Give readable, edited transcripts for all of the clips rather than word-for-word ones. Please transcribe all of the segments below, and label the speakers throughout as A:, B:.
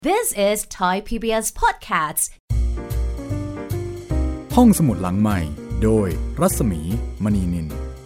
A: This is Thai PBS Podcast
B: ห้องสมุดหลังใหม่โดยรัศมีมณีนิน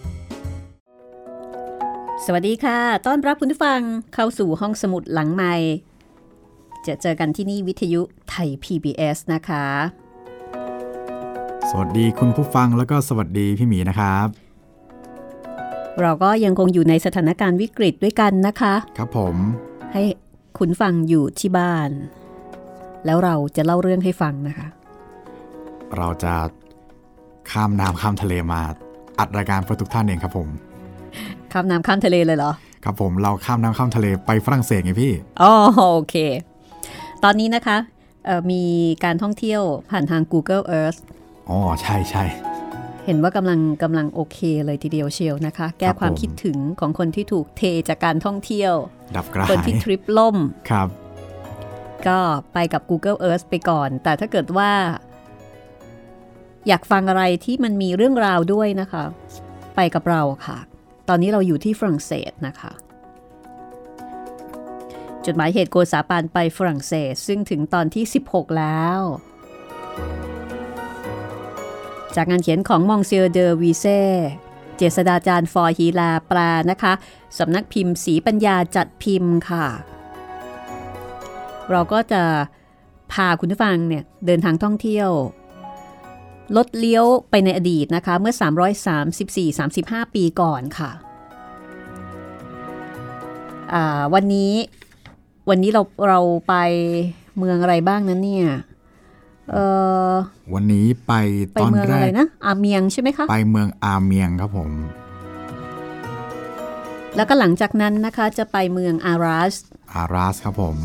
C: สวัสดีค่ะต้อนรับคุณผู้ฟังเข้าสู่ห้องสมุดหลังใหม่เจอกันที่นี่วิทยุไทย PBS นะคะ
B: สวัสดีคุณผู้ฟังแล้วก็สวัสดีพี่หมีนะครับ
C: เราก็ยังคงอยู่ในสถานการณ์วิกฤตด้วยกันนะคะ
B: ครับผม
C: ให้คุณฟังอยู่ที่บ้านแล้วเราจะเล่าเรื่องให้ฟังนะคะ
B: เราจะข้ามน้ำข้ามทะเลมาอัดรายการเพื่อทุกท่านเองครับผม
C: ข้ามน้ำข้ามทะเลเลยเหรอ
B: ครับผมเราข้ามน้ำข้ามทะเลไปฝรั่งเศสไงพี่
C: อ๋อโอเคตอนนี้นะคะมีการท่องเที่ยวผ่านทาง Google Earth
B: อ๋อใช่ใช่
C: เห็นว่ากำลังโอเคเลยทีเดียวเชียวนะคะแก้ความคิดถึงของคนที่ถูกเทจากการท่องเที่ยว
B: ดับกระหาย
C: คนที่ทริปล่ม
B: ครับ
C: ก็ไปกับ Google Earth ไปก่อนแต่ถ้าเกิดว่าอยากฟังอะไรที่มันมีเรื่องราวด้วยนะคะไปกับเราค่ะตอนนี้เราอยู่ที่ฝรั่งเศสนะคะจดหมายเหตุโกษาปานไปฝรั่งเศสซึ่งถึงตอนที่16แล้วจากงานเขียนของมองเซียเดอวีเซ่เจษฎาจารย์ฟอร์ฮีลาแปลนะคะสำนักพิมพ์ศรีปัญญาจัดพิมพ์ค่ะเราก็จะพาคุณผู้ฟังเนี่ยเดินทางท่องเที่ยวลดเลี้ยวไปในอดีตนะคะเมื่อ334-35 ปีก่อนค่ะวันนี้เราไปเมืองอะไรบ้างนั้นเนี่ย
B: วันนี้ไปตอนแรก
C: นะอาเมียงใช่ไหมคะ
B: ไปเมืองอาเมียงครับผม
C: แล้วก็หลังจากนั้นนะคะจะไปเมืองอาราส
B: ครับผม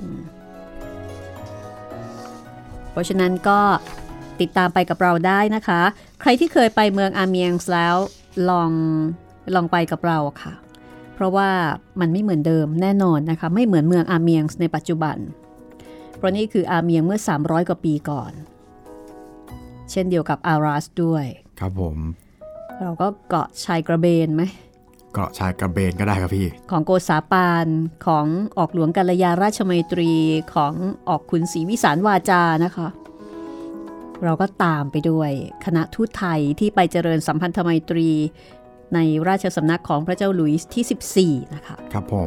C: เพราะฉะนั้นก็ติดตามไปกับเราได้นะคะใครที่เคยไปเมืองอาเมียงแล้วลองไปกับเราค่ะเพราะว่ามันไม่เหมือนเดิมแน่นอนนะคะไม่เหมือนเมืองอาเมียงในปัจจุบันเพราะนี่คืออาเมียงเมื่อ300กว่าปีก่อนเช่นเดียวกับอาราสด้วย
B: ครับผม
C: เราก็เกาะชายกระเบนไหม
B: เกาะชายกระเบนก็ได้ครับพี่
C: ของโกษาปานของออกหลวงกัลยาราชมัยตรีของออกขุนศรีวิสารวาจานะคะเราก็ตามไปด้วยคณะทูตไทยที่ไปเจริญสัมพันธไมตรีในราชสำนักของพระเจ้าหลุยส์ที่14นะคะ
B: ครับผม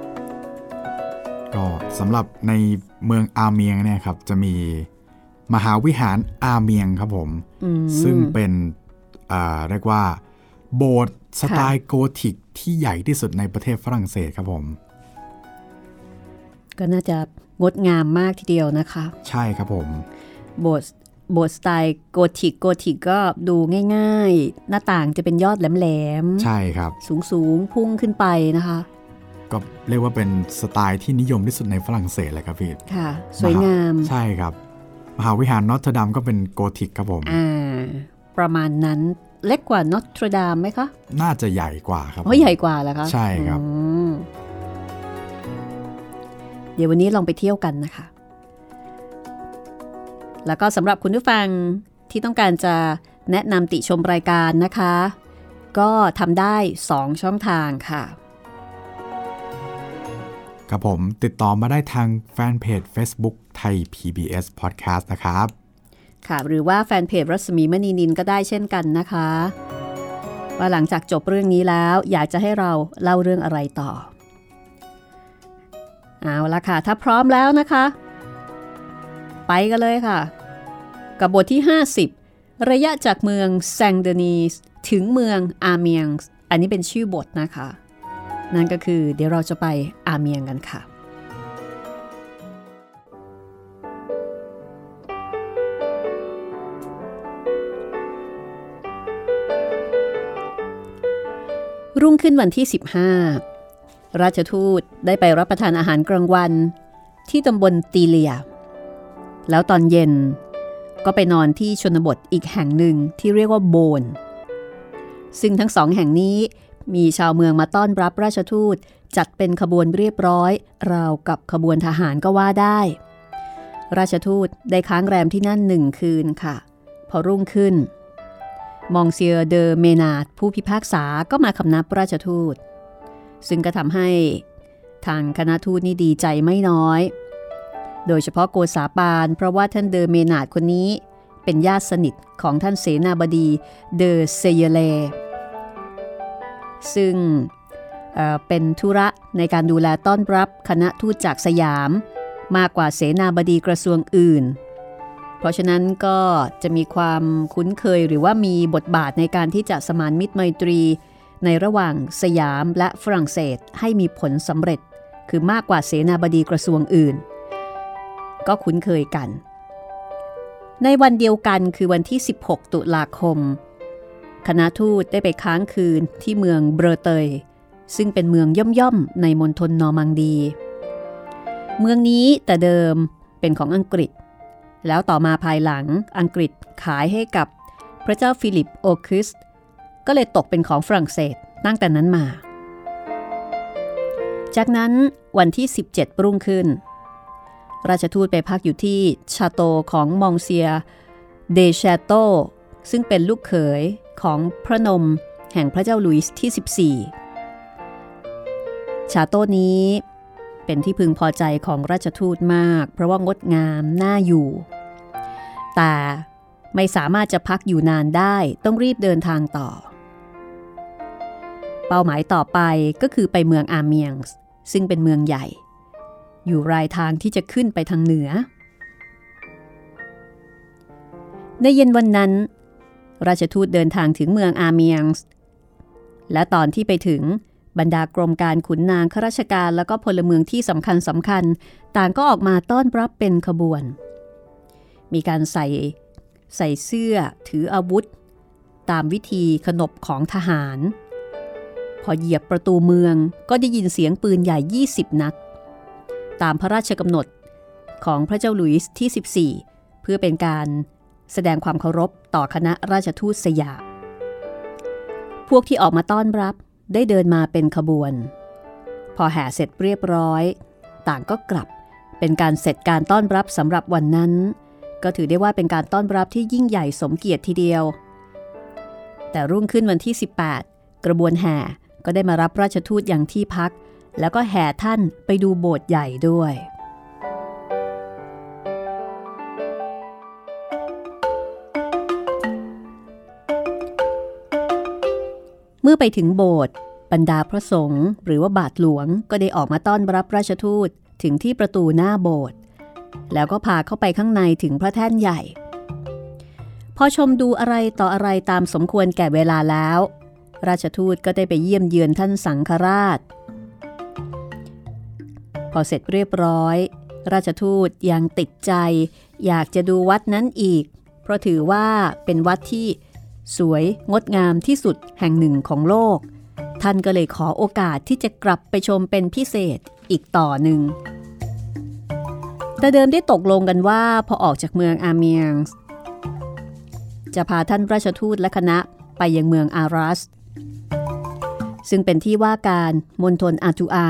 B: ก็สำหรับในเมืองอาเมียงเนี่ยครับจะมีมหาวิหารอาเมียงครับผมซึ่งเป็นเรียกว่าโบสถ์สไตล์โกธิกที่ใหญ่ที่สุดในประเทศฝรั่งเศสครับผม
C: ก็น่าจะงดงามมากทีเดียวนะคะ
B: ใช่ครับผม
C: โบสถ์สไตล์โกธิกก็ดูง่ายๆหน้าต่างจะเป็นยอดแหลม
B: ๆใช่ครับ
C: สูงพุ่งขึ้นไปนะคะ
B: ก็เรียกว่าเป็นสไตล์ที่นิยมที่สุดในฝรั่งเศสเลยครับพี่
C: ค่ะสวยงาม
B: ใช่ครับมหาวิหารนอตเทอร์ดัมก็เป็นโกธิกครับผม
C: ประมาณนั้นเล็กกว่านอตเทอร์ดัมไหมคะ
B: น่าจะใหญ่กว่าครับ
C: ใหญ่กว่าเหรอคะ
B: ใช่ครับ
C: เดี๋ยววันนี้ลองไปเที่ยวกันนะคะแล้วก็สำหรับคุณผู้ฟังที่ต้องการจะแนะนำติชมรายการนะคะก็ทำได้2ช่องทางค่ะ
B: ครับผมติดต่อมาได้ทางแฟนเพจ Facebook ไทย PBS Podcast นะครับ
C: ค่ะหรือว่าแฟนเพจรัศมีมณีนินก็ได้เช่นกันนะคะว่าหลังจากจบเรื่องนี้แล้วอยากจะให้เราเล่าเรื่องอะไรต่อเอาละค่ะถ้าพร้อมแล้วนะคะไปกันเลยค่ะกับบทที่50ระยะจากเมืองแซงเดนีสถึงเมืองอาเมียงอันนี้เป็นชื่อบทนะคะนั่นก็คือเดี๋ยวเราจะไปอาเมียงกันค่ะรุ่งขึ้นวันที่15ราชทูตได้ไปรับประทานอาหารกลางวันที่ตำบลตีเลียแล้วตอนเย็นก็ไปนอนที่ชนบทอีกแห่งหนึ่งที่เรียกว่าโบนซึ่งทั้งสองแห่งนี้มีชาวเมืองมาต้อนรับราชทูตจัดเป็นขบวนเรียบร้อยราวกับขบวนทหารก็ว่าได้ราชทูตได้ค้างแรมที่นั่น1 คืนค่ะพอรุ่งขึ้นมองเซียเดอเมนาดผู้พิพากษาก็มาคำนับราชทูตซึ่งก็ทำให้ทางคณะทูตนี่ดีใจไม่น้อยโดยเฉพาะโกษาปานเพราะว่าท่านเดอเมนาดคนนี้เป็นญาติสนิทของท่านเสนาบดีเดอเซเยเลซึ่งเป็นธุระในการดูแลต้อนรับคณะทูตจากสยามมากกว่าเสนาบดีกระทรวงอื่นเพราะฉะนั้นก็จะมีความคุ้นเคยหรือว่ามีบทบาทในการที่จะสมานมิตรไมตรีในระหว่างสยามและฝรั่งเศสให้มีผลสำเร็จคือมากกว่าเสนาบดีกระทรวงอื่นก็คุ้นเคยกันในวันเดียวกันคือวันที่16ตุลาคมคณะทูตได้ไปค้างคืนที่เมืองเบรเตยซึ่งเป็นเมืองย่อมๆในมณฑลนอร์มังดีเมืองนี้แต่เดิมเป็นของอังกฤษแล้วต่อมาภายหลังอังกฤษขายให้กับพระเจ้าฟิลิปโอคุสก็เลยตกเป็นของฝรั่งเศสตั้งแต่นั้นมาจากนั้นวันที่17รุ่งขึ้นราชทูตไปพักอยู่ที่ชาโตของมองเซียเดชาโตซึ่งเป็นลูกเขยของพระนมแห่งพระเจ้าหลุยส์ที่14ชาโตนี้เป็นที่พึงพอใจของราชทูตมากเพราะว่างดงามน่าอยู่แต่ไม่สามารถจะพักอยู่นานได้ต้องรีบเดินทางต่อเป้าหมายต่อไปก็คือไปเมืองอาเมียงส์ซึ่งเป็นเมืองใหญ่อยู่รายทางที่จะขึ้นไปทางเหนือในเย็นวันนั้นราชทูตเดินทางถึงเมืองอาเมียงส์และตอนที่ไปถึงบรรดากรมการขุนนางข้าราชการแล้วก็พลเมืองที่สำคัญต่างก็ออกมาต้อนรับเป็นขบวนมีการใส่เสื้อถืออาวุธตามวิธีขนบของทหารพอเหยียบประตูเมืองก็ได้ยินเสียงปืนใหญ่20นัดตามพระราชกำหนดของพระเจ้าหลุยส์ที่14เพื่อเป็นการแสดงความเคารพต่อคณะราชทูตสยามพวกที่ออกมาต้อนรับได้เดินมาเป็นขบวนพอแห่เสร็จเรียบร้อยต่างก็กลับเป็นการเสร็จการต้อนรับสำหรับวันนั้นก็ถือได้ว่าเป็นการต้อนรับที่ยิ่งใหญ่สมเกียรติทีเดียวแต่รุ่งขึ้นวันที่18กระบวนแห่ก็ได้มารับราชทูตอย่างที่พักแล้วก็แห่ท่านไปดูโบสถ์ใหญ่ด้วยเมื่อไปถึงโบสถ์บรรดาพระสงฆ์หรือว่าบาทหลวงก็ได้ออกมาต้อนรับราชทูตถึงที่ประตูหน้าโบสถ์แล้วก็พาเข้าไปข้างในถึงพระแท่นใหญ่พอชมดูอะไรต่ออะไรตามสมควรแก่เวลาแล้วราชทูตก็ได้ไปเยี่ยมเยือนท่านสังฆราชพอเสร็จเรียบร้อยราชทูตยังติดใจอยากจะดูวัดนั้นอีกเพราะถือว่าเป็นวัดที่สวยงดงามที่สุดแห่งหนึ่งของโลกท่านก็เลยขอโอกาสที่จะกลับไปชมเป็นพิเศษอีกต่อหนึ่งแต่เดิมได้ตกลงกันว่าพอออกจากเมืองอาเมียงส์จะพาท่านราชทูตและคณะไปยังเมืองอารัสซึ่งเป็นที่ว่าการมณฑลอาทูอา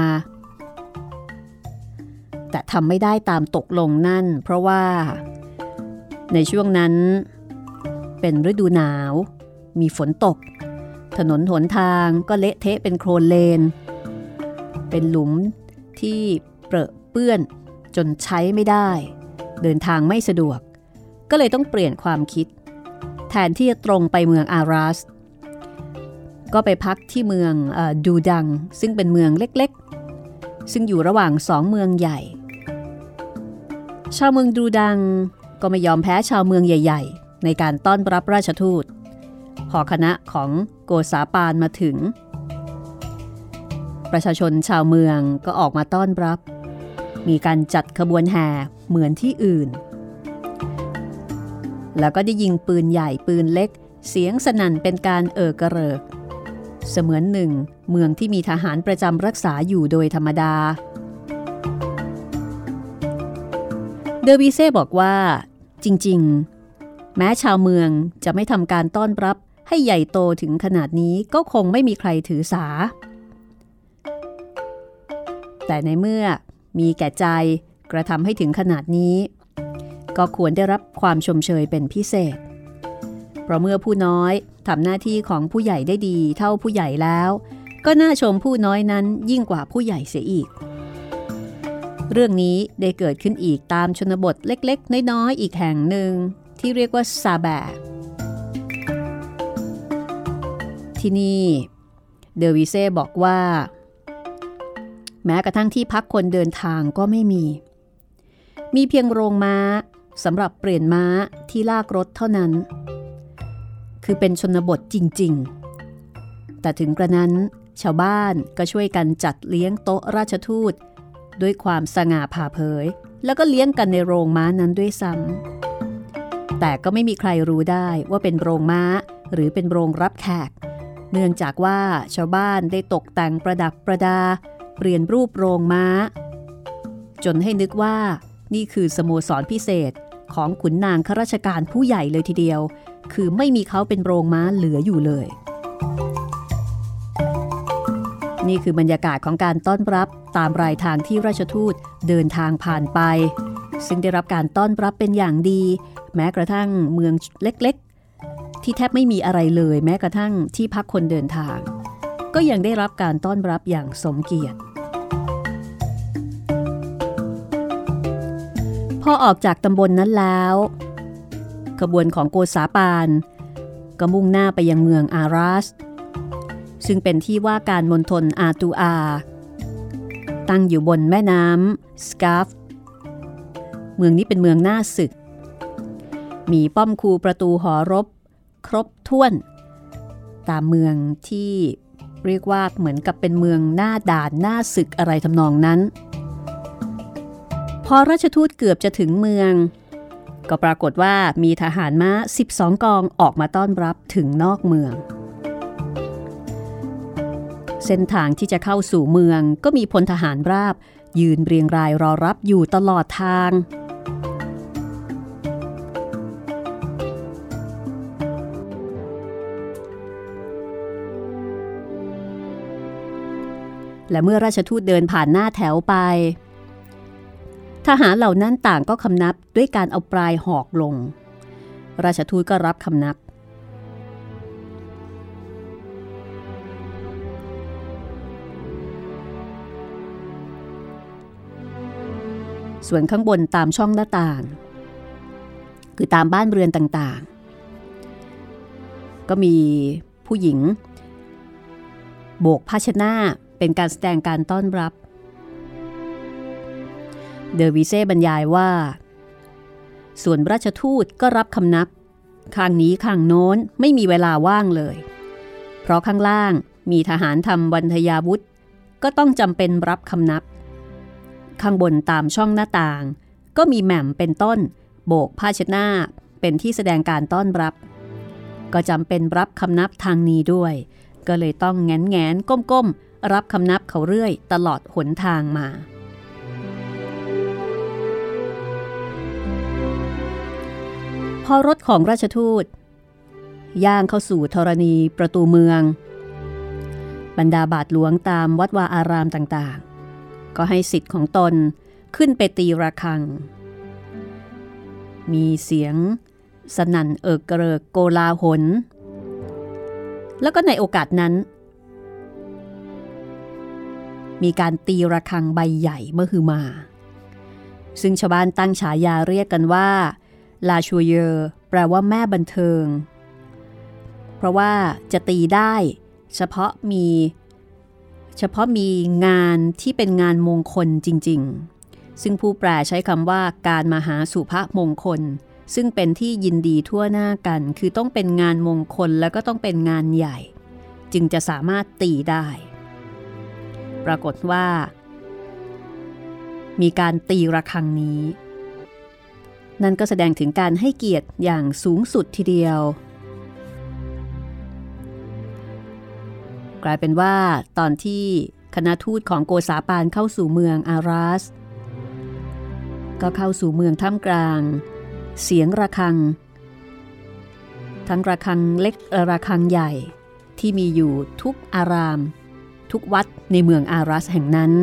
C: แต่ทำไม่ได้ตามตกลงนั่นเพราะว่าในช่วงนั้นเป็นฤดูหนาวมีฝนตกถนนหนทางก็เละเทะเป็นโคลนเลนเป็นหลุมที่เปรอะเปื้อนจนใช้ไม่ได้เดินทางไม่สะดวกก็เลยต้องเปลี่ยนความคิดแทนที่จะตรงไปเมืองอารัสก็ไปพักที่เมืองดูดังซึ่งเป็นเมืองเล็กๆซึ่งอยู่ระหว่าง2เมืองใหญ่ชาวเมืองดูดังก็ไม่ยอมแพ้ชาวเมืองใหญ่ๆในการต้อนรับราชทูตพอคณะของโกษาปานมาถึงประชาชนชาวเมืองก็ออกมาต้อนรับมีการจัดขบวนแห่เหมือนที่อื่นแล้วก็ได้ยิงปืนใหญ่ปืนเล็กเสียงสนั่นเป็นการกระเริกเสมือนหนึ่งเมืองที่มีทหารประจำรักษาอยู่โดยธรรมดาเดอวีเซ่บอกว่าจริงๆแม้ชาวเมืองจะไม่ทำการต้อนรับให้ใหญ่โตถึงขนาดนี้ก็คงไม่มีใครถือสาแต่ในเมื่อมีแก่ใจกระทำให้ถึงขนาดนี้ก็ควรได้รับความชมเชยเป็นพิเศษเพราะเมื่อผู้น้อยทำหน้าที่ของผู้ใหญ่ได้ดีเท่าผู้ใหญ่แล้วก็น่าชมผู้น้อยนั้นยิ่งกว่าผู้ใหญ่เสียอีกเรื่องนี้ได้เกิดขึ้นอีกตามชนบทเล็กๆน้อยๆอีกแห่งหนึ่งที่เรียกว่าซาแบกที่นี่เดอวิเซ่บอกว่าแม้กระทั่งที่พักคนเดินทางก็ไม่มีเพียงโรงม้าสำหรับเปลี่ยนม้าที่ลากรถเท่านั้นคือเป็นชนบทจริงๆแต่ถึงกระนั้นชาวบ้านก็ช่วยกันจัดเลี้ยงโต๊ะราชทูตด้วยความสง่าผ่าเผยแล้วก็เลี้ยงกันในโรงม้านั้นด้วยซ้ำแต่ก็ไม่มีใครรู้ได้ว่าเป็นโรงม้าหรือเป็นโรงรับแขกเนื่องจากว่าชาวบ้านได้ตกแต่งประดับประดาเปลี่ยนรูปโรงม้าจนให้นึกว่านี่คือสโมสรพิเศษของขุนนางข้าราชการผู้ใหญ่เลยทีเดียวคือไม่มีเขาเป็นโรงม้าเหลืออยู่เลยนี่คือบรรยากาศของการต้อนรับตามรายทางที่ราชทูตเดินทางผ่านไปซึ่งได้รับการต้อนรับเป็นอย่างดีแม้กระทั่งเมืองเล็กๆที่แทบไม่มีอะไรเลยแม้กระทั่งที่พักคนเดินทางก็ยังได้รับการต้อนรับอย่างสมเกียรติพอออกจากตำบลนั้นแล้วขบวนของโกษาปานก็มุ่งหน้าไปยังเมืองอาราสซึ่งเป็นที่ว่าการมณฑลอาตูอาตั้งอยู่บนแม่น้ำสกาฟเมืองนี้เป็นเมืองหน้าศึกมีป้อมคูประตูหอรบครบถ้วนตามเมืองที่เรียกว่าเหมือนกับเป็นเมืองหน้าด่านหน้าศึกอะไรทำนองนั้นพอราชทูตเกือบจะถึงเมืองก็ปรากฏว่ามีทหารม้า12กองออกมาต้อนรับถึงนอกเมืองเส้นทางที่จะเข้าสู่เมืองก็มีพลทหารราบยืนเรียงรายรอรับอยู่ตลอดทางและเมื่อราชทูตเดินผ่านหน้าแถวไปทหารเหล่านั้นต่างก็คำนับด้วยการเอาปลายหอกลงราชทูตก็รับคำนับส่วนข้างบนตามช่องหน้าต่างคือตามบ้านเรือนต่างๆก็มีผู้หญิงโบกภาชนะเป็นการแสดงการต้อนรับเดอวิเซ่บรรยายว่าส่วนราชทูตก็รับคำนับข้างนี้ข้างโน้นไม่มีเวลาว่างเลยเพราะข้างล่างมีทหารทำวันทยาวุธก็ต้องจำเป็นรับคำนับข้างบนตามช่องหน้าต่างก็มีแหม่มเป็นต้นโบกผ้าเช็ดหน้าเป็นที่แสดงการต้อนรับก็จำเป็นรับคำนับทางนี้ด้วยก็เลยต้องแงนๆก้มๆรับคำนับเขาเรื่อยตลอดหนทางมาพอรถของราชทูตย่างเข้าสู่ธรณีประตูเมืองบรรดาบาทหลวงตามวัดวาอารามต่างๆก็ให้สิทธิ์ของตนขึ้นไปตีระฆังมีเสียงสนั่นเอิกกระเริกโกลาหลแล้วก็ในโอกาสนั้นมีการตีระฆังใบใหญ่มหึมาซึ่งชาวบ้านตั้งฉายาเรียกกันว่าลาชัวเยอร์แปลว่าแม่บันเทิงเพราะว่าจะตีได้เฉพาะมีงานที่เป็นงานมงคลจริงๆซึ่งผู้แปลใช้คำว่าการมหาสุภมงคลซึ่งเป็นที่ยินดีทั่วหน้ากันคือต้องเป็นงานมงคลแล้วก็ต้องเป็นงานใหญ่จึงจะสามารถตีได้ปรากฏว่ามีการตีระฆังนี้นั่นก็แสดงถึงการให้เกียรติอย่างสูงสุดทีเดียวกลายเป็นว่าตอนที่คณะทูตของโกษาปานเข้าสู่เมืองอาราสก็เข้าสู่เมืองท่ามกลางเสียงระฆังทั้งระฆังเล็กระฆังใหญ่ที่มีอยู่ทุกอารามทุกวัดในเมืองอาราสแห่งนั้น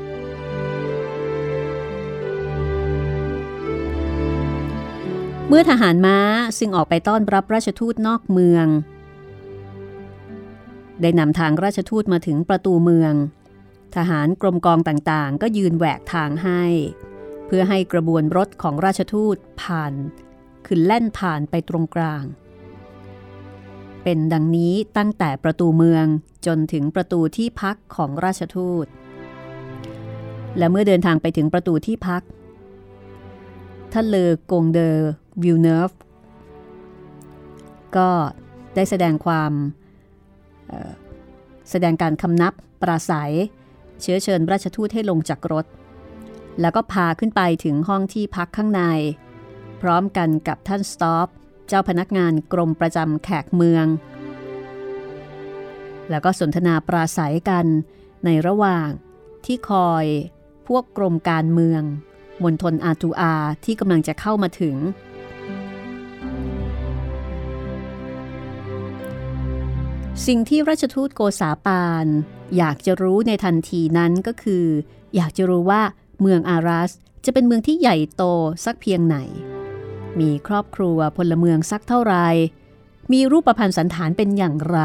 C: เมื่อทหารม้าซึ่งออกไปต้อนรับราชทูตนอกเมืองได้นำทางราชทูตมาถึงประตูเมืองทหารกรมกองต่างๆก็ยืนแหวกทางให้เพื่อให้กระบวนรถของราชทูตผ่านคือแล่นผ่านไปตรงกลางเป็นดังนี้ตั้งแต่ประตูเมืองจนถึงประตูที่พักของราชทูตและเมื่อเดินทางไปถึงประตูที่พักท่านเลอกงเดอวิลเนฟก็ได้แสดงการคำนับปราศัยเชื้อเชิญราชทูตให้ลงจากรถแล้วก็พาขึ้นไปถึงห้องที่พักข้างในพร้อมกันกับท่านสต็อปเจ้าพนักงานกรมประจำแขกเมืองแล้วก็สนทนาปราศัยกันในระหว่างที่คอยพวกกรมการเมืองมณฑลอาตูอาที่กำลังจะเข้ามาถึงสิ่งที่ราชทูตโกษาปานอยากจะรู้ในทันทีนั้นก็คืออยากจะรู้ว่าเมืองอารัสจะเป็นเมืองที่ใหญ่โตสักเพียงไหนมีครอบครัวพลเมืองสักเท่าไรมีรูปพรรณสันฐานเป็นอย่างไร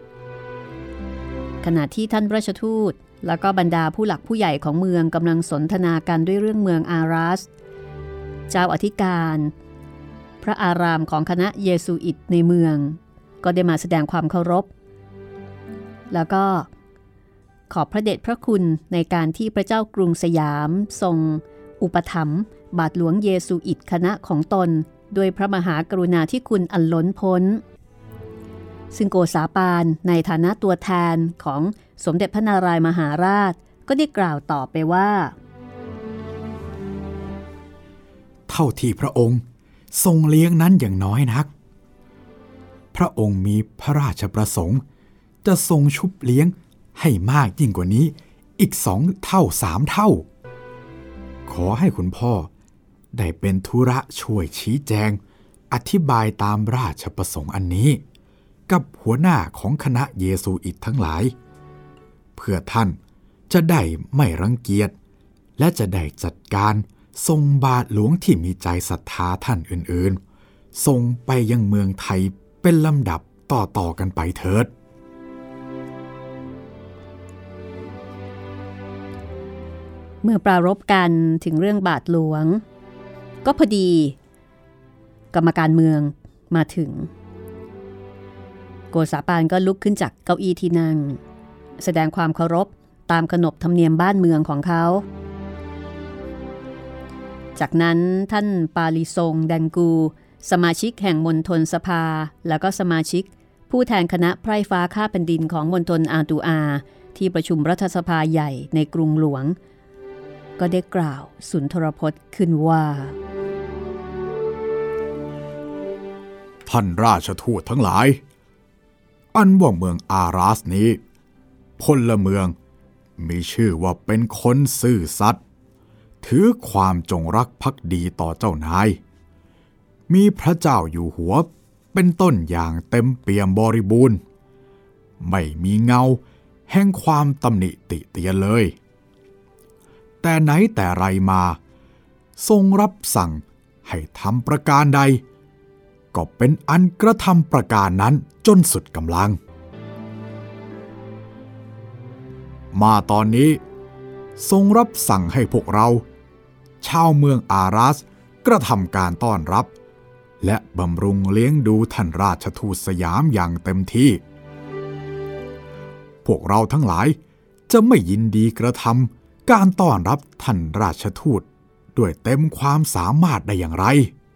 C: ขณะที่ท่านราชทูตแล้วก็บรรดาผู้หลักผู้ใหญ่ของเมืองกำลังสนทนากันด้วยเรื่องเมืองอารัสเจ้าอธิการพระอารามของคณะเยซูอิตในเมืองก็ได้มาแสดงความเคารพแล้วก็ขอบพระเดชพระคุณในการที่พระเจ้ากรุงสยามทรงอุปถัมภ์บาทหลวงเยซูอิตคณะของตนด้วยพระมหากรุณาธิคุณอันล้นพ้นซึ่งโกษาปานในฐานะตัวแทนของสมเด็จพระนารายมหาราชก็ได้กล่าวต่อไปว่า
B: เท่าที่พระองค์ทรงเลี้ยงนั้นอย่างน้อยนักพระองค์มีพระราชประสงค์จะทรงชุบเลี้ยงให้มากยิ่งกว่านี้อีก2 เท่า 3 เท่าขอให้คุณพ่อได้เป็นธุระช่วยชี้แจงอธิบายตามราชประสงค์อันนี้กับหัวหน้าของคณะเยซูอิตทั้งหลายเพื่อท่านจะได้ไม่รังเกียจและจะได้จัดการส่งบาทหลวงที่มีใจศรัทธาท่านอื่นๆส่งไปยังเมืองไทยเป็นลำดับต่อๆกันไปเถิด
C: เมื่อปรารภกันถึงเรื่องบาทหลวงก็พอดีกรรมการเมืองมาถึงโกษาปานก็ลุกขึ้นจากเก้าอี้ที่นั่งแสดงความเคารพตามขนบธรรมเนียมบ้านเมืองของเขาจากนั้นท่านปาลิซงแดงกูสมาชิกแห่งมณฑลสภาแล้วก็สมาชิกผู้แทนคณะไพร่ฟ้าข้าแผ่นดินของมณฑลอาตูอาที่ประชุมรัฐสภาใหญ่ในกรุงหลวงก็ได้กล่าวสุนทรพจน์ขึ้นว่า
B: ท่านราชทูตทั้งหลายอันว่าเมืองอารัสนี้พลเมืองมีชื่อว่าเป็นคนซื่อสัตย์ถือความจงรักภักดีต่อเจ้านายมีพระเจ้าอยู่หัวเป็นต้นอย่างเต็มเปี่ยมบริบูรณ์ไม่มีเงาแห่งความตำหนิติเตียนเลยแต่ไหนแต่ไรมาทรงรับสั่งให้ทำประการใดก็เป็นอันกระทำประการนั้นจนสุดกำลังมาตอนนี้ทรงรับสั่งให้พวกเราชาวเมืองอารัสกระทำการต้อนรับและบำรุงเลี้ยงดูท่านราชทูตสยามอย่างเต็มที่พวกเราทั้งหลายจะไม่ยินดีกระทำการต้อนรับท่านราชทูตด้วยเต็มความสามารถได้อย่างไร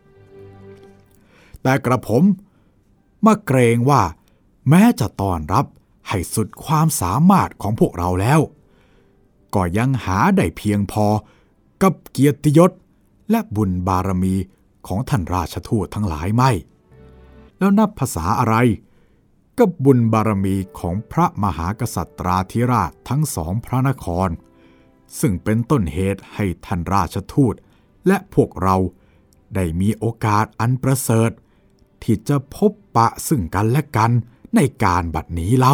B: แต่กระผมมาเกรงว่าแม้จะต้อนรับให้สุดความสามารถของพวกเราแล้วก็ยังหาได้เพียงพอกับเกียรติยศและบุญบารมีของท่านราชทูตทั้งหลายไม่แล้วนับภาษาอะไรกับบุญบารมีของพระมหากษัตราธิราชทั้ง2 พระนครซึ่งเป็นต้นเหตุให้ท่านราชทูตและพวกเราได้มีโอกาสอันประเสริฐที่จะพบปะซึ่งกันและกันในการบัดนี้เล่า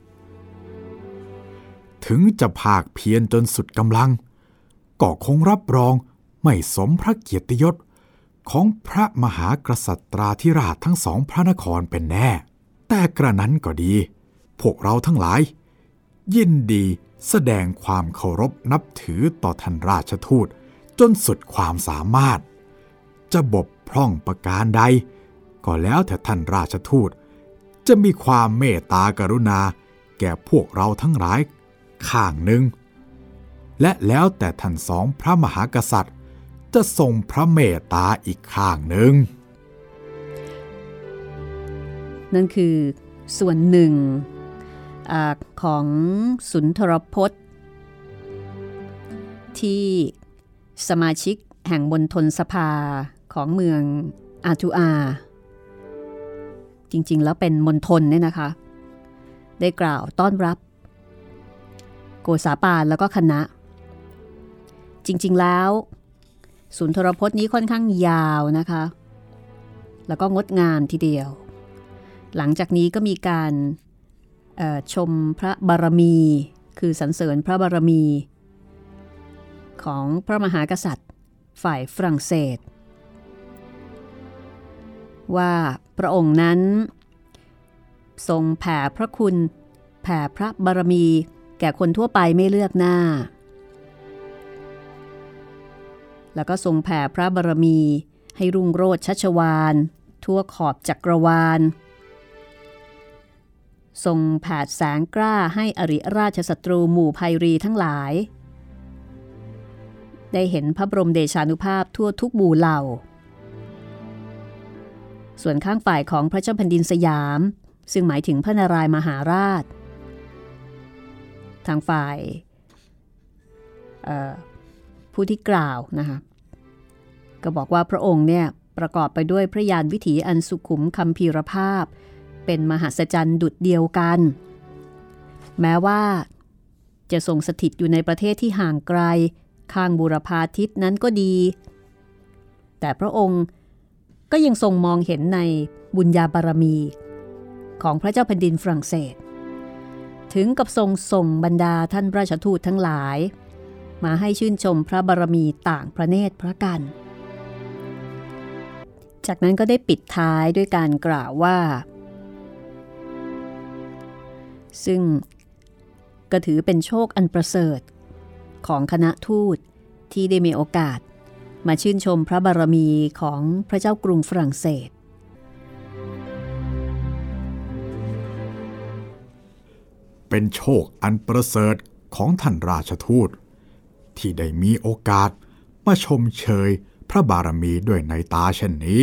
B: ถึงจะภาคเพียรจนสุดกำลังก็คงรับรองไม่สมพระเกียรติยศของพระมหากษัตราธิราชทั้ง2 พระนครเป็นแน่แต่กระนั้นก็ดีพวกเราทั้งหลายยินดีแสดงความเคารพนับถือต่อท่านราชทูตจนสุดความสามารถจะบกพร่องประการใดก็แล้วแต่ท่านราชทูตจะมีความเมตตากรุณาแก่พวกเราทั้งหลายข้างหนึ่งและแล้วแต่ท่านสองพระมหากษัตริย์จะทรงพระเมตตาอีกข้างหนึ่ง
C: นั่นคือส่วนหนึ่งของสุนทรพจน์ที่สมาชิกแห่งมณฑลสภาของเมืองอาทูอาจริงๆแล้วเป็นมณฑลเนี่ยนะคะได้กล่าวต้อนรับโกษาปานแล้วก็คณะจริงๆแล้วสุนทรพจน์นี้ค่อนข้างยาวนะคะแล้วก็งดงามทีเดียวหลังจากนี้ก็มีการชมพระบารมีคือสรรเสริญพระบารมีของพระมหากษัตริย์ฝ่ายฝรั่งเศสว่าพระองค์นั้นทรงแผ่พระคุณแผ่พระบารมีแก่คนทั่วไปไม่เลือกหน้าแล้วก็ทรงแผ่พระบารมีให้รุ่งโรจน์ชัชวาลทั่วขอบจักรวาลทรงแผดแสงกล้าให้อริราชศัตรูหมู่ไพรีทั้งหลายได้เห็นพระบรมเดชานุภาพทั่วทุกหมู่เหล่าส่วนข้างฝ่ายของพระเจ้าแผ่นดินสยามซึ่งหมายถึงพระนารายมหาราชทางฝ่ายผู้ที่กล่าวนะคะก็บอกว่าพระองค์เนี่ยประกอบไปด้วยพระญาณวิถีอันสุขุมคัมภีรภาพเป็นมหัศจรรย์ดุจเดียวกันแม้ว่าจะทรงสถิตอยู่ในประเทศที่ห่างไกลข้างบูรพาทิศนั้นก็ดีแต่พระองค์ก็ยังทรงมองเห็นในบุญญาบารมีของพระเจ้าแผ่นดินฝรั่งเศสถึงกับทรงส่งบรรดาท่านราชทูตทั้งหลายมาให้ชื่นชมพระบารมีต่างพระเนตรพระกันจากนั้นก็ได้ปิดท้ายด้วยการกล่าวว่าซึ่งก็ถือเป็นโชคอันประเสริฐของคณะทูตที่ได้มีโอกาสมาชื่นชมพระบารมีของพระเจ้ากรุงฝรั่งเศส
B: เป็นโชคอันประเสริฐของท่านราชทูตที่ได้มีโอกาสมาชมเชยพระบารมีด้วยในตาเช่นนี้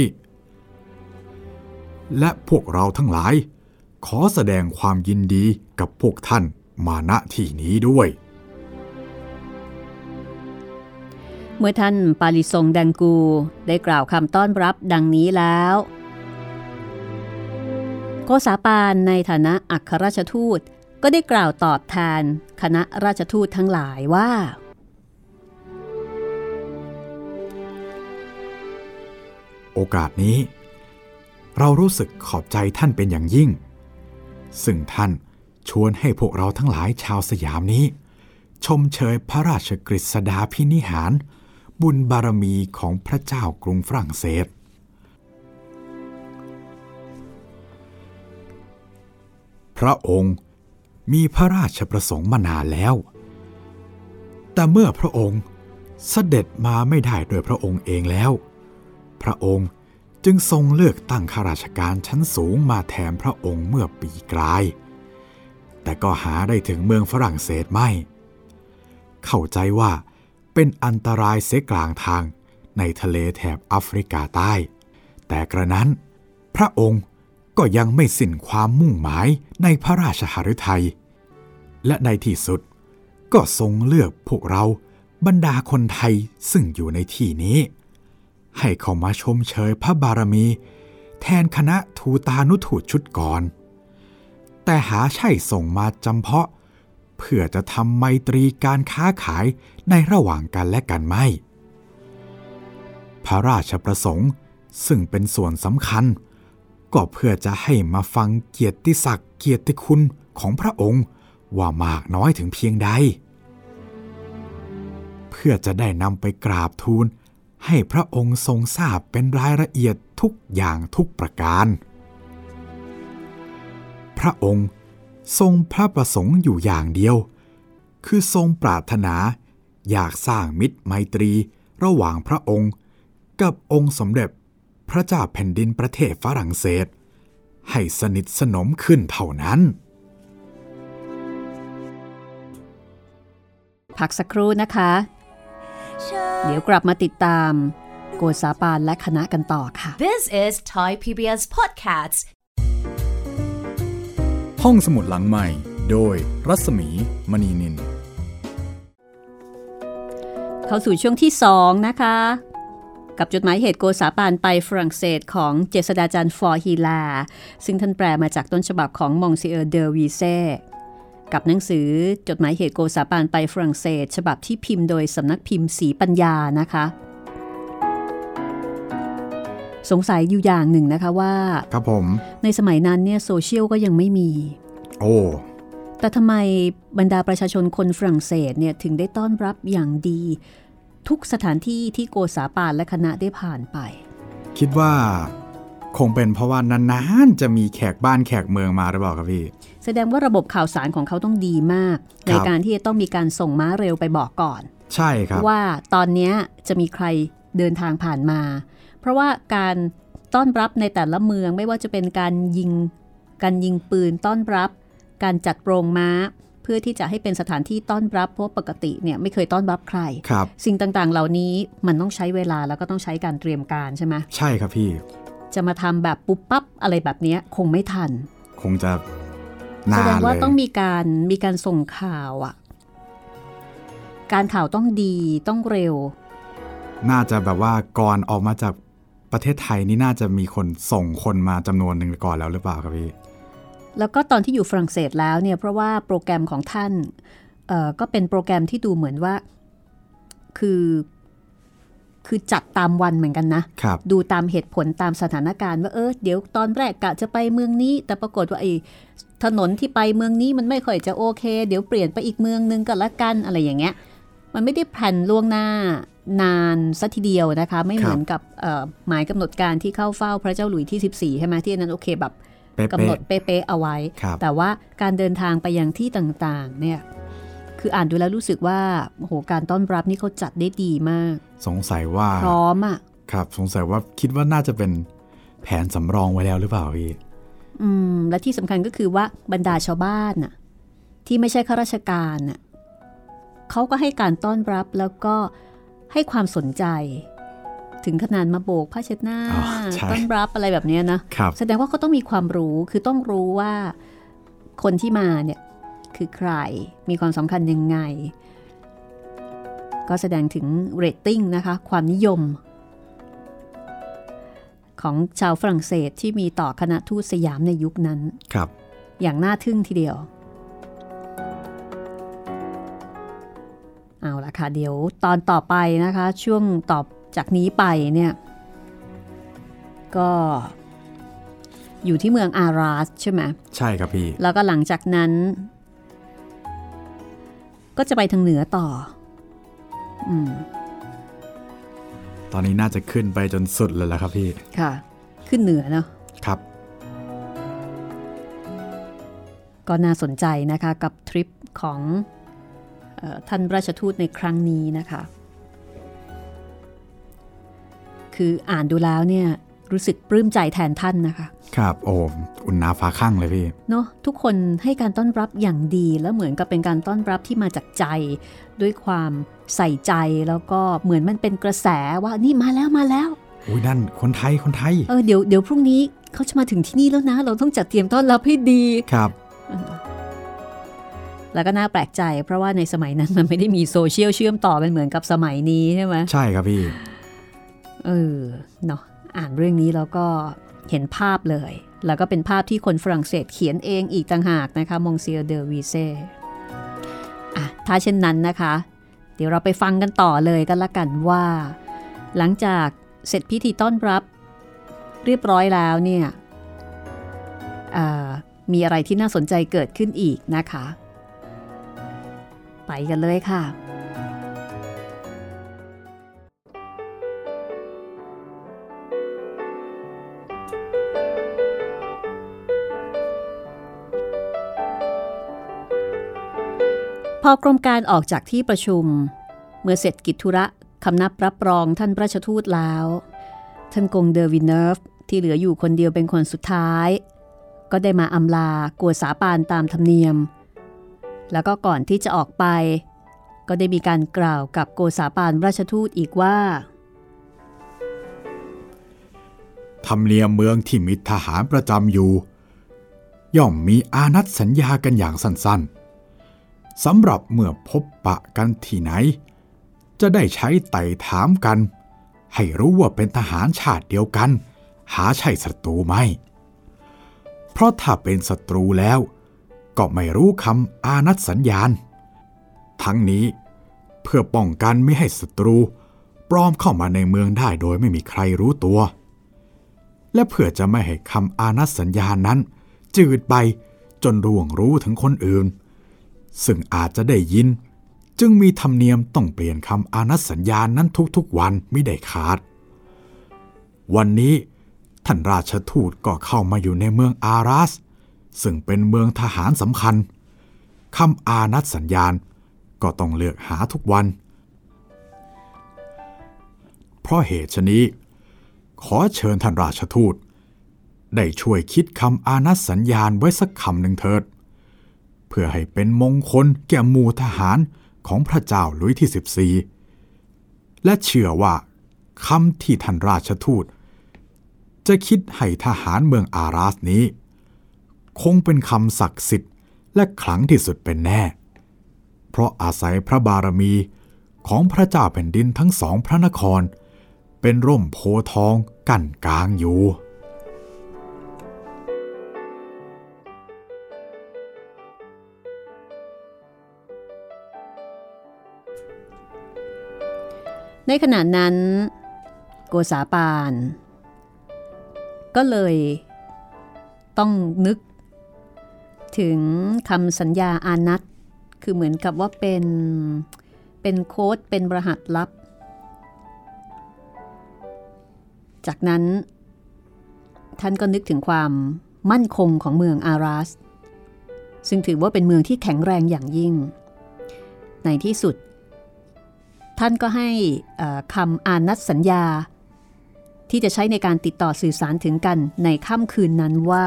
B: และพวกเราทั้งหลายขอแสดงความยินดีกับพวกท่านมาณที่นี้ด้วย
C: เมื่อท่านปาลิซงแดงกูได้กล่าวคำต้อนรับดังนี้แล้วโกษาปานในฐานะอัครราชทูตก็ได้กล่าวตอบแทนคณะราชทูตทั้งหลายว่า
B: โอกาสนี้เรารู้สึกขอบใจท่านเป็นอย่างยิ่งซึ่งท่านชวนให้พวกเราทั้งหลายชาวสยามนี้ชมเชยพระราชกฤษฎาภินิหารบุญบารมีของพระเจ้ากรุงฝรั่งเศสพระองค์มีพระราชประสงค์มานานแล้วแต่เมื่อพระองค์เสด็จมาไม่ได้โดยพระองค์เองแล้วพระองค์จึงทรงเลือกตั้งข้าราชการชั้นสูงมาแทนพระองค์เมื่อปีกลายแต่ก็หาได้ถึงเมืองฝรั่งเศสไม่เข้าใจว่าเป็นอันตรายเสียกลางทางในทะเลแถบแอฟริกาใต้แต่กระนั้นพระองค์ก็ยังไม่สิ้นความมุ่งหมายในพระราชหฤทัยและในที่สุดก็ทรงเลือกพวกเราบรรดาคนไทยซึ่งอยู่ในที่นี้ให้เข้ามาชมเชยพระบารมีแทนคณะทูตานุทูตชุดก่อนแต่หาใช่ส่งมาจำเพาะเพื่อจะทำไมตรีการค้าขายในระหว่างกันและกันไม่พระราชประสงค์ซึ่งเป็นส่วนสำคัญก็เพื่อจะให้มาฟังเกียรติศักดิ์เกียรติคุณของพระองค์ว่ามากน้อยถึงเพียงใดเพื่อจะได้นำไปกราบทูลให้พระองค์ทรงทราบเป็นรายละเอียดทุกอย่างทุกประการพระองค์ทรงพระประสงค์อยู่อย่างเดียวคือทรงปรารถนาอยากสร้างมิตรไมตรีระหว่างพระองค์กับองค์สมเด็จพระเจ้าแผ่นดินประเทศฝรั่งเศสให้สนิทสนมขึ้นเท่านั้น
C: พักสักครู่นะคะเดี๋ยวกลับมาติดตามโกษาปานและคณะกันต่อค่ะ
A: This is Thai PBS Podcast
B: ห้องสมุดหลังใหม่โดยรัศมีมณีนิน
C: เข้าสู่ช่วงที่2นะคะกับจดหมายเหตุโกษาปานไปฝรั่งเศสของเจษฎาจารย์ฟอร์ฮีลาซึ่งท่านแปลมาจากต้นฉบับของมองซิเออร์เดอวีเซ่กับหนังสือจดหมายเหตุโกษาปานไปฝรั่งเศสฉบับที่พิมพ์โดยสำนักพิมพ์ศรีปัญญานะคะสงสัยอยู่อย่างหนึ่งนะคะว่า
B: ครับผม
C: ในสมัยนั้นเนี่ยโซเชียลก็ยังไม่มี
B: โอ้
C: แต่ทำไมบรรดาประชาชนคนฝรั่งเศสเนี่ยถึงได้ต้อนรับอย่างดีทุกสถานที่ที่โกษาปานและคณะได้ผ่านไป
B: คิดว่าคงเป็นเพราะว่านานๆจะมีแขกบ้านแขกเมืองมาหรือเปล่าครับพี่
C: แสดงว่าระบบข่าวสารของเขาต้องดีมากในการที่จะต้องมีการส่งม้าเร็วไปบอกก่อน
B: ใช่ครับ
C: ว่าตอนนี้จะมีใครเดินทางผ่านมาเพราะว่าการต้อนรับในแต่ละเมืองไม่ว่าจะเป็นการยิงปืนต้อนรับการจัดโรงม้าเพื่อที่จะให้เป็นสถานที่ต้อนรับเพราะปกติเนี่ยไม่เคยต้อนรับใครสิ่งต่างๆเหล่านี้มันต้องใช้เวลาแล้วก็ต้องใช้การเตรียมการใช่ไหม
B: ใช่ครับพี่
C: จะมาทำแบบปุ๊บปั๊บอะไรแบบนี้คงไม่ทัน
B: คงจะนานเลยแสดง
C: ว่าต้องมีการส่งข่าวอ่ะการข่าวต้องดีต้องเร็ว
B: น่าจะแบบว่าก่อนออกมาจากประเทศไทยนี่น่าจะมีคนส่งคนมาจำนวนหนึ่งก่อนแล้วหรือเปล่าครับพี่
C: แล้วก็ตอนที่อยู่ฝรั่งเศสแล้วเนี่ยเพราะว่าโปรแกรมของท่านก็เป็นโปรแกรมที่ดูเหมือนว่าคือจัดตามวันเหมือนกันนะดูตามเหตุผลตามสถานการณ์ว่าเดี๋ยวตอนแรกกะจะไปเมืองนี้แต่ปรากฏว่าไอ้ถนนที่ไปเมืองนี้มันไม่ค่อยจะโอเคเดี๋ยวเปลี่ยนไปอีกเมืองนึงก็ละกันอะไรอย่างเงี้ยมันไม่ได้แผนล่วงหน้านานซะทีเดียวนะคะไม่เหมือนกับหมายกำหนดการที่เข้าเฝ้าพระเจ้าหลุยที่14ใช่ไหมที่นั้นโอเคแบบกำหนดเป๊ะๆเอาไว้แต่ว่าการเดินทางไปยังที่ต่างๆเนี่ยคืออ่านดูแล้วรู้สึกว่าโหการต้อนรับนี่เขาจัดได้ดีมาก
B: สงสัยว่า
C: พร้อมอ่ะ
B: ครับสงสัยว่าคิดว่าน่าจะเป็นแผนสำรองไว้แล้วหรือเปล่าพี่
C: และที่สำคัญก็คือว่าบรรดาชาวบ้านน่ะที่ไม่ใช่ข้าราชการน่ะเขาก็ให้การต้อนรับแล้วก็ให้ความสนใจถึงขนาดมาโบกผ้าเช็ดหน้าต้อนรับอะไรแบบนี้นะแสดงว่าเขาต้องมีความรู้คือต้องรู้ว่าคนที่มาเนี่ยคือใครมีความสำคัญยังไงก็แสดงถึงเรตติ้งนะคะความนิยมของชาวฝรั่งเศสที่มีต่อคณะทูตสยามในยุคนั้นอย่างน่าทึ่งทีเดียวเอาล่ะค่ะเดี๋ยวตอนต่อไปนะคะช่วงต่อจากนี้ไปเนี่ยก็อยู่ที่เมืองอาราสใช่ไหม
B: ใช่ครับพี่
C: แล้วก็หลังจากนั้นก็จะไปทางเหนือต่อ
B: ตอนนี้น่าจะขึ้นไปจนสุดเลยแล้วครับพี่
C: ค่ะขึ้นเหนือเนาะ
B: ครับ
C: ก็น่าสนใจนะคะกับทริปของท่านราชทูตในครั้งนี้นะคะคืออ่านดูแล้วเนี่ยรู้สึกปลื้มใจแทนท่านนะคะ
B: ครับโอ้อุ่นหนาฟ้าข้างเลยพี่
C: เนาะทุกคนให้การต้อนรับอย่างดีแล้วเหมือนกับเป็นการต้อนรับที่มาจากใจด้วยความใส่ใจแล้วก็เหมือนมันเป็นกระแสว่านี่มาแล้ว
B: อุ้ยนั่นคนไทย
C: เดี๋ยวพรุ่งนี้เขาจะมาถึงที่นี่แล้วนะเราต้องจัดเตรียมต้อนรับให้ดี
B: ครับ
C: แล้วก็น่าแปลกใจเพราะว่าในสมัยนั้นมันไม่ได้มีโซเชียลเชื่อมต่อกันเหมือนกับสมัยนี้ใช่ไหม
B: ใช่ครับพี่
C: เนาะอ่านเรื่องนี้แล้วก็เห็นภาพเลยแล้วก็เป็นภาพที่คนฝรั่งเศสเขียนเองอีกต่างหากนะคะมงเซียเดอวีเซ่ถ้าเช่นนั้นนะคะเดี๋ยวเราไปฟังกันต่อเลยกันละกันว่าหลังจากเสร็จพิธีต้อนรับเรียบร้อยแล้วเนี่ยมีอะไรที่น่าสนใจเกิดขึ้นอีกนะคะไปกันเลยค่ะพอกรมการออกจากที่ประชุมเมื่อเสร็จกิจธุระคำนับรับรองท่านราชทูตแล้วท่านกงเดอวินเนฟที่เหลืออยู่คนเดียวเป็นคนสุดท้ายก็ได้มาอำลากัวสาปานตามธรรมเนียมแล้วก็ก่อนที่จะออกไปก็ได้มีการกล่าวกับโกษาปานราชทูตอีกว่า
B: ธรรมเนียมเมืองที่มีทหารประจำอยู่ย่อมมีอานัตสัญญากันอย่างสั้นๆสำหรับเมื่อพบปะกันที่ไหนจะได้ใช้ไต่ถามกันให้รู้ว่าเป็นทหารชาติเดียวกันหาใช่ศัตรูไหมเพราะถ้าเป็นศัตรูแล้วก็ไม่รู้คำอานัตสัญญาณทั้งนี้เพื่อป้องกันไม่ให้ศัตรูปลอมเข้ามาในเมืองได้โดยไม่มีใครรู้ตัวและเพื่อจะไม่ให้คำอานัตสัญญาณนั้นจืดไปจนร่วงรู้ถึงคนอื่นซึ่งอาจจะได้ยินจึงมีธรรมเนียมต้องเปลี่ยนคำอานัตสัญญาณนั้นทุกๆวันมิได้ขาดวันนี้ท่านราชทูตก็เข้ามาอยู่ในเมืองอารัสซึ่งเป็นเมืองทหารสำคัญคำอานัตสัญญาณก็ต้องเลือกหาทุกวันเพราะเหตุฉะนี้ขอเชิญท่านราชทูตได้ช่วยคิดคำอานัตสัญญาณไว้สักคำหนึ่งเถิดเพื่อให้เป็นมงคลแก่หมู่ทหารของพระเจ้าหลุยส์ที่14และเชื่อว่าคำที่ท่านราชทูตจะคิดให้ทหารเมืองอารัสนี้คงเป็นคำศักดิ์สิทธิ์และขลังที่สุดเป็นแน่เพราะอาศัยพระบารมีของพระเจ้าแผ่นดินทั้งสองพระนครเป็นร่มโพธิ์ทองกั้นกลางอยู่
C: ในขณะนั้นโกษาปานก็เลยต้องนึกถึงคำสัญญาอานัตคือเหมือนกับว่าเป็นโค้ดเป็นรหัสลับจากนั้นท่านก็นึกถึงความมั่นคงของเมืองอารัสซึ่งถือว่าเป็นเมืองที่แข็งแรงอย่างยิ่งในที่สุดท่านก็ให้คำอานัตสัญญาที่จะใช้ในการติดต่อสื่อสารถึงกันในค่ำคืนนั้นว่า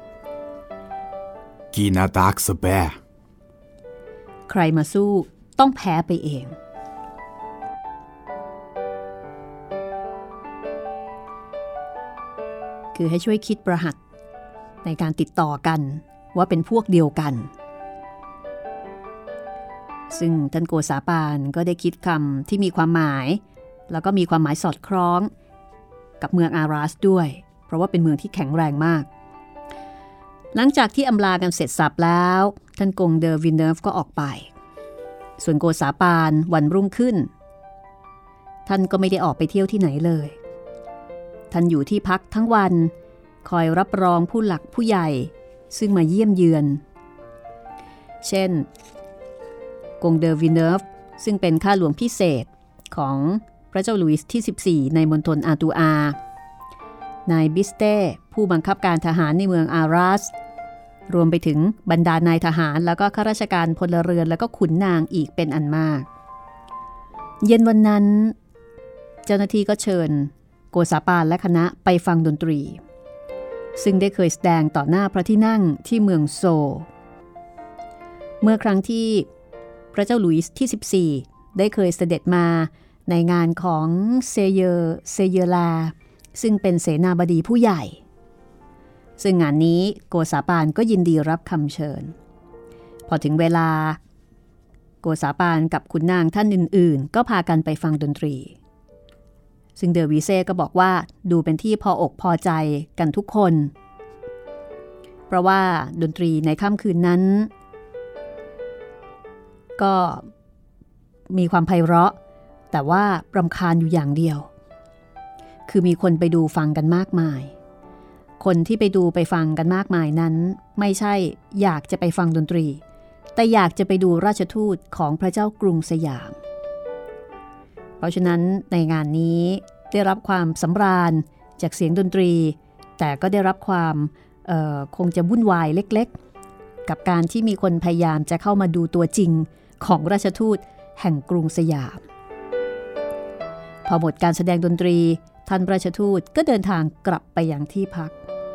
B: กีนาดักสเบร์
C: ใครมาสู้ต้องแพ้ไปเองคือให้ช่วยคิดรหัสในการติดต่อกันว่าเป็นพวกเดียวกันซึ่งท่านโกษาปานก็ได้คิดคำที่มีความหมายแล้วก็มีความหมายสอดคล้องกับเมืองอารัสด้วยเพราะว่าเป็นเมืองที่แข็งแรงมากหลังจากที่อำลากันเสร็จสับแล้วท่านกงเดอวินเนฟก็ออกไปส่วนโกษาปานวันรุ่งขึ้นท่านก็ไม่ได้ออกไปเที่ยวที่ไหนเลยท่านอยู่ที่พักทั้งวันคอยรับรองผู้หลักผู้ใหญ่ซึ่งมาเยี่ยมเยือนเช่นกงเดอวินเนฟซึ่งเป็นข้าหลวงพิเศษของพระเจ้าหลุยส์ที่14ในมณฑลอาตูอานายบิสเต้ผู้บังคับการทหารในเมืองอารัสรวมไปถึงบรรดานายทหารแล้วก็ข้าราชการพลเรือนแล้วก็ขุนนางอีกเป็นอันมากเย็นวันนั้นเจ้าหน้าที่ก็เชิญโกษาปานและคณะไปฟังดนตรีซึ่งได้เคยแสดงต่อหน้าพระที่นั่งที่เมืองโซลเมื่อครั้งที่พระเจ้าหลุยส์ที่14ได้เคยเสด็จมาในงานของเซเยอร์ลาซึ่งเป็นเสนาบดีผู้ใหญ่ซึ่งงานนี้โกษาปานก็ยินดีรับคำเชิญพอถึงเวลาโกษาปานกับขุนนางท่านอื่นๆก็พากันไปฟังดนตรีซึ่งเดอวิเซ่ก็บอกว่าดูเป็นที่พออกพอใจกันทุกคนเพราะว่าดนตรีในค่ำคืนนั้นก็มีความไพเราะแต่ว่ารำคาญอยู่อย่างเดียวคือมีคนไปดูฟังกันมากมายคนที่ไปดูไปฟังกันมากมายนั้นไม่ใช่อยากจะไปฟังดนตรีแต่อยากจะไปดูราชทูตของพระเจ้ากรุงสยามเพราะฉะนั้นในงานนี้ได้รับความสำราญจากเสียงดนตรีแต่ก็ได้รับความคงจะวุ่นวายเล็กๆกับการที่มีคนพยายามจะเข้ามาดูตัวจริงของราชทูตแห่งกรุงสยามพอหมดการแสดงดนตรีท่านราชทูตก็เดินทางกลับไปยังที่พัก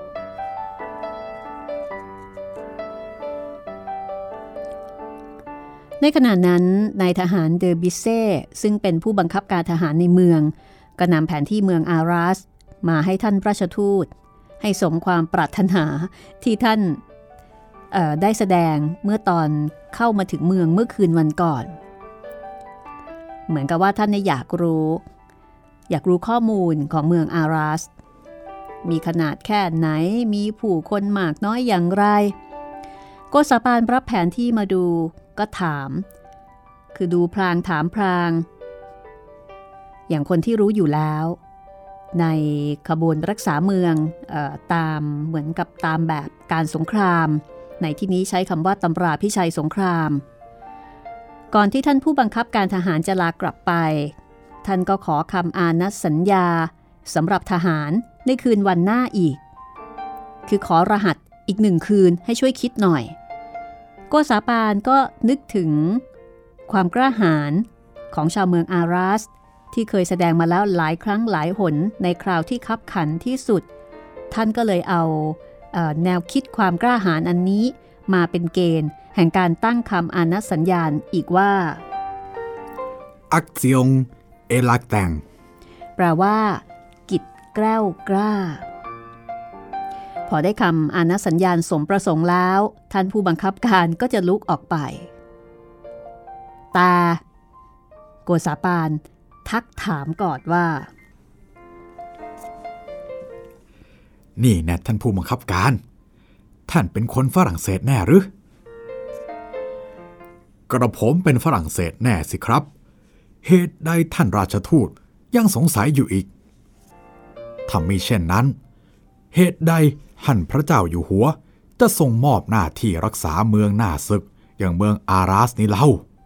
C: ในขณะนั้นนายทหารเดอบิเซ่ซึ่งเป็นผู้บังคับการทหารในเมืองก็นำแผนที่เมืองอารัสมาให้ท่านราชทูตให้สมความปรารถนาที่ท่านได้แสดงเมื่อตอนเข้ามาถึงเมืองเมื่อคืนวันก่อนเหมือนกับว่าท่านอยากรู้ข้อมูลของเมืองอารัสมีขนาดแค่ไหนมีผู้คนมากน้อยอย่างไรโกษาปานรับแผนที่มาดูก็ถามคือดูพลางถามพลางอย่างคนที่รู้อยู่แล้วในขบวนรักษาเมืองตามเหมือนกับตามแบบการสงครามในที่นี้ใช้คำว่าตำราพิชัยสงครามก่อนที่ท่านผู้บังคับการทหารจะลากลับไปท่านก็ขอคำอานัดสัญญาสำหรับทหารในคืนวันหน้าอีกคือขอรหัสอีก1 คืนให้ช่วยคิดหน่อยโกษาปานก็นึกถึงความกล้าหาญของชาวเมืองอารัสที่เคยแสดงมาแล้วหลายครั้งหลายหนในคราวที่คับขันที่สุดท่านก็เลยเอาแนวคิดความกล้าหาญอันนี้มาเป็นเกณฑ์แห่งการตั้งคำอานัดสัญญาณอีกว่า
B: อักเซียงเอลักแตง
C: แปลว่ากิจแกล้วกล้าพอได้คำอานัดสัญญาณสมประสงค์แล้วท่านผู้บังคับการก็จะลุกออกไปแต่โกษาปานทักถามก่อนว่า
B: นี่แน่ท่านผู้บังคับการท่านเป็นคนฝรั่งเศสแน่หรือกระผมเป็นฝรั่งเศสแน่สิครับเหตุใดท่านราชทูตยังสงสัยอยู่อีกถ้ามิเช่นนั้นเหตุใดท่านพระเจ้าอยู่หัวจะทรงมอบหน้าที่รักษาเมืองหน้าศึกอย่างเมืองอารัสนี้เล่า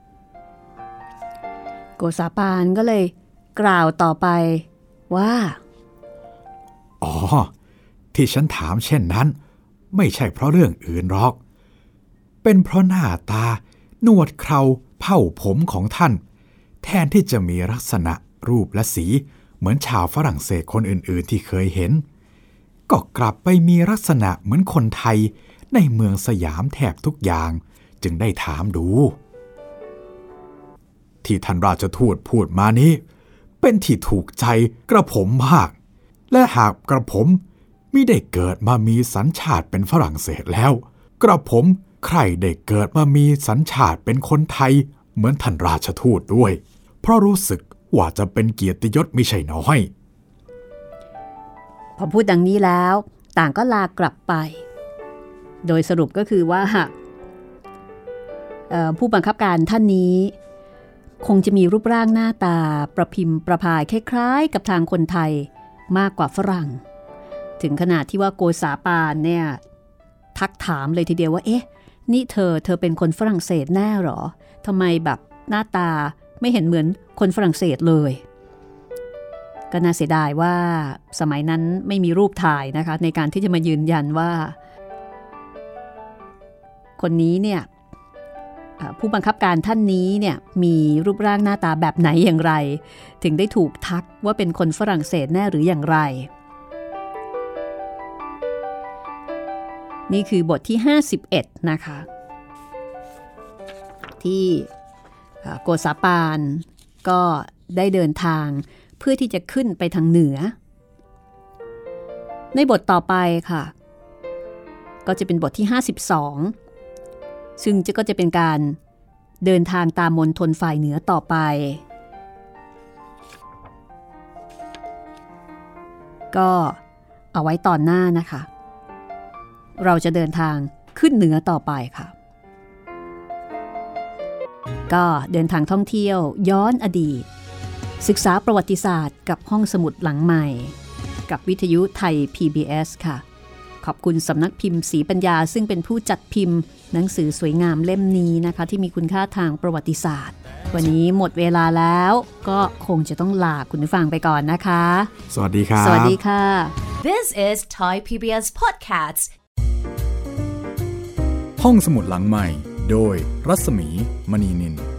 C: โกษาปานก็เลยกล่าวต่อไปว่า
B: อ๋อที่ฉันถามเช่นนั้นไม่ใช่เพราะเรื่องอื่นหรอกเป็นเพราะหน้าตาหนวดเคราเผ่าผมของท่านแทนที่จะมีลักษณะรูปและสีเหมือนชาวฝรั่งเศสคนอื่นๆที่เคยเห็นก็กลับไปมีลักษณะเหมือนคนไทยในเมืองสยามแทบทุกอย่างจึงได้ถามดูที่ท่านราชทูตพูดมานี้เป็นที่ถูกใจกระผมมากและหากกระผมมิได้เกิดมามีสัญชาติเป็นฝรั่งเศสแล้วกระผมใครได้เกิดมามีสัญชาติเป็นคนไทยเหมือนท่านราชทูตด้วยเพราะรู้สึกว่าจะเป็นเกียรติยศไม่ใช่น้อย
C: พอพูดดังนี้แล้วต่างก็ลากลับไปโดยสรุปก็คือว่าผู้บังคับการท่านนี้คงจะมีรูปร่างหน้าตาประพิมพ์ประพายคล้ายๆกับทางคนไทยมากกว่าฝรั่งถึงขนาดที่ว่าโกษาปานเนี่ยทักถามเลยทีเดียวว่าเอ๊ะนี่เธอเป็นคนฝรั่งเศสแน่หรอทำไมแบบหน้าตาไม่เห็นเหมือนคนฝรั่งเศสเลยก็น่าเสียดายว่าสมัยนั้นไม่มีรูปถ่ายนะคะในการที่จะมายืนยันว่าคนนี้เนี่ยผู้บังคับการท่านนี้เนี่ยมีรูปร่างหน้าตาแบบไหนอย่างไรถึงได้ถูกทักว่าเป็นคนฝรั่งเศสแน่หรืออย่างไรนี่คือบทที่51นะคะที่โกษาปานก็ได้เดินทางเพื่อที่จะขึ้นไปทางเหนือในบทต่อไปค่ะก็จะเป็นบทที่52ซึ่งก็จะเป็นการเดินทางตามมณฑลฝ่ายเหนือต่อไปก็เอาไว้ตอนหน้านะคะเราจะเดินทางขึ้นเหนือต่อไปค่ะก็เดินทางท่องเที่ยวย้อนอดีตศึกษาประวัติศาสตร์กับห้องสมุดหลังใหม่กับวิทยุไทย PBS ค่ะขอบคุณสำนักพิมพ์ศรีปัญญาซึ่งเป็นผู้จัดพิมพ์หนังสือสวยงามเล่มนี้นะคะที่มีคุณค่าทางประวัติศาสตร์วันนี้หมดเวลาแล้วก็คงจะต้องลาคุณผู้ฟังไปก่อนนะคะ
B: สวัสดีครับ
C: สวัสดีค่ะ
A: This is Thai PBS Podcast
B: ห้องสมุดหลังใหม่โดยรัศมีมณีนิน